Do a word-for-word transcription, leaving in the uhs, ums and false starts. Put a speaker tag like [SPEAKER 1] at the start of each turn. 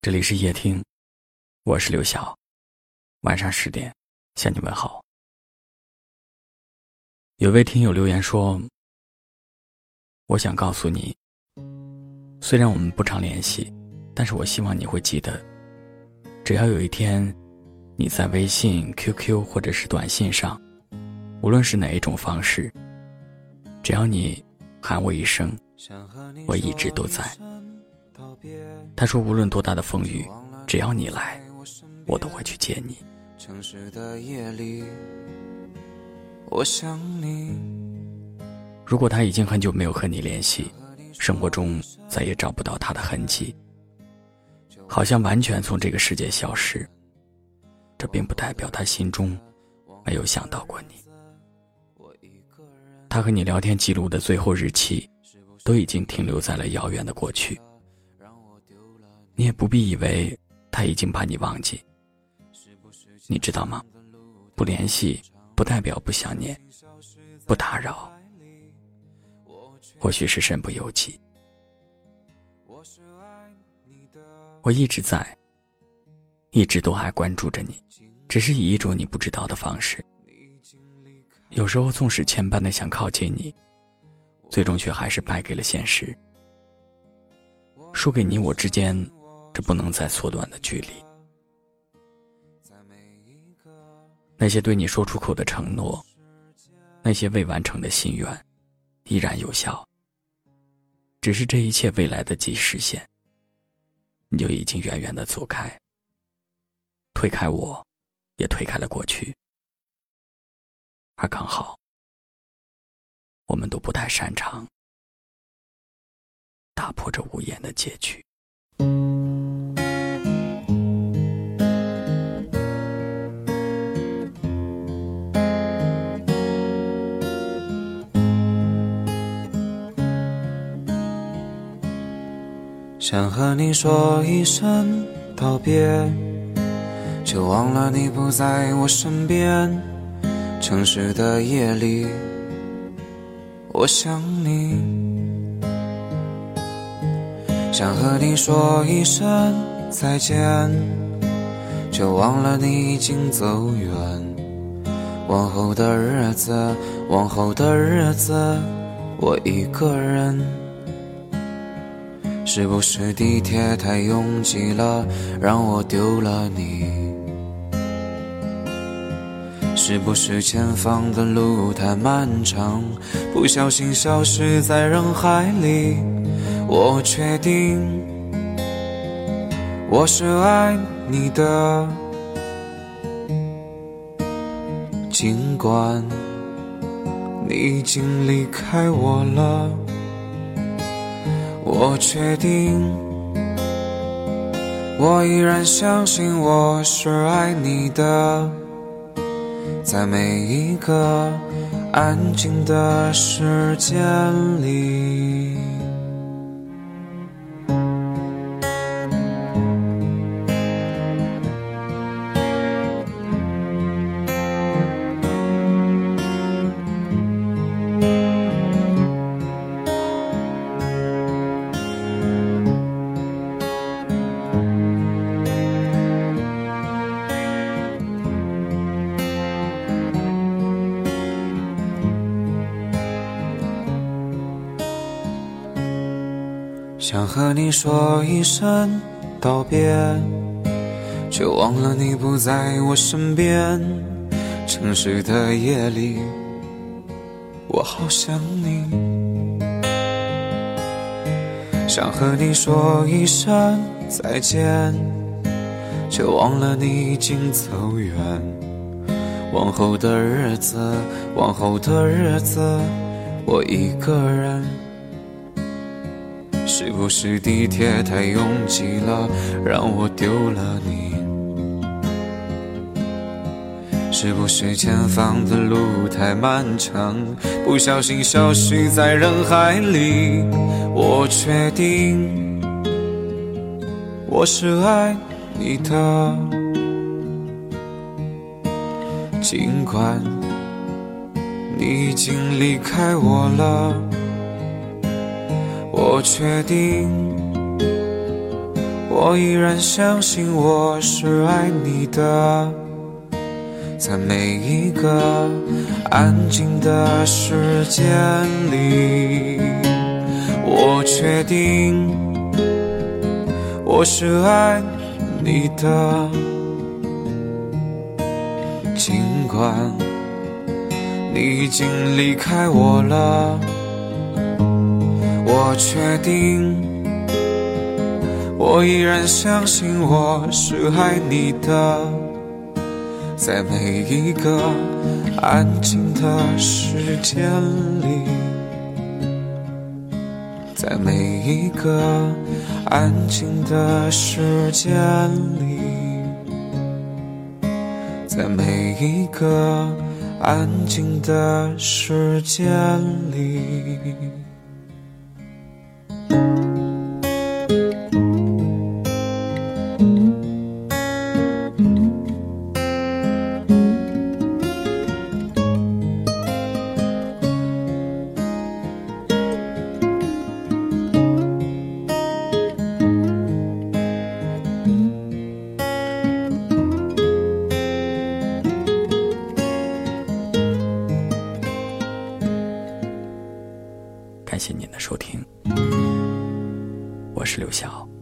[SPEAKER 1] 这里是夜听，我是刘晓，晚上十点向你问好。有位听友留言说，我想告诉你，虽然我们不常联系，但是我希望你会记得，只要有一天你在微信、Q Q 或者是短信上，无论是哪一种方式，只要你喊我一声，我一直都在。他说无论多大的风雨，只要你来，我都会去接你。
[SPEAKER 2] 城市的夜里，我想你。
[SPEAKER 1] 如果他已经很久没有和你联系，生活中再也找不到他的痕迹，好像完全从这个世界消失，这并不代表他心中没有想到过你。他和你聊天记录的最后日期都已经停留在了遥远的过去，你也不必以为他已经把你忘记。你知道吗？不联系不代表不想念，不打扰或许是身不由己。我一直在，一直都还关注着你，只是以一种你不知道的方式。有时候纵使千般的想靠近你，最终却还是败给了现实，输给你我之间这不能再缩短的距离。那些对你说出口的承诺，那些未完成的心愿依然有效，只是这一切未来得及实现，你就已经远远地走开，推开我，也推开了过去。而刚好我们都不太擅长打破这无言的结局。
[SPEAKER 2] 想和你说一声道别，却忘了你不在我身边。城市的夜里，我想你。想和你说一声再见，却忘了你已经走远。往后的日子，往后的日子，我一个人。是不是地铁太拥挤了，让我丢了你？是不是前方的路太漫长，不小心消失在人海里？我确定我是爱你的，尽管你已经离开我了。我确定我依然相信我是爱你的，在每一个安静的时间里。想和你说一声道别，却忘了你不在我身边。城市的夜里，我好想你。想和你说一声再见，却忘了你已经走远。往后的日子，往后的日子，我一个人。是不是地铁太拥挤了，让我丢了你？是不是前方的路太漫长，不小心消失在人海里？我确定我是爱你的，尽管你已经离开我了。我确定我依然相信我是爱你的，在每一个安静的时间里，我确定我是爱你的，尽管你已经离开我了，我确定我依然相信我是爱你的，在每一个安静的时间里，在每一个安静的时间里，在每一个安静的时间里。
[SPEAKER 1] 感谢您的收听，我是刘晓。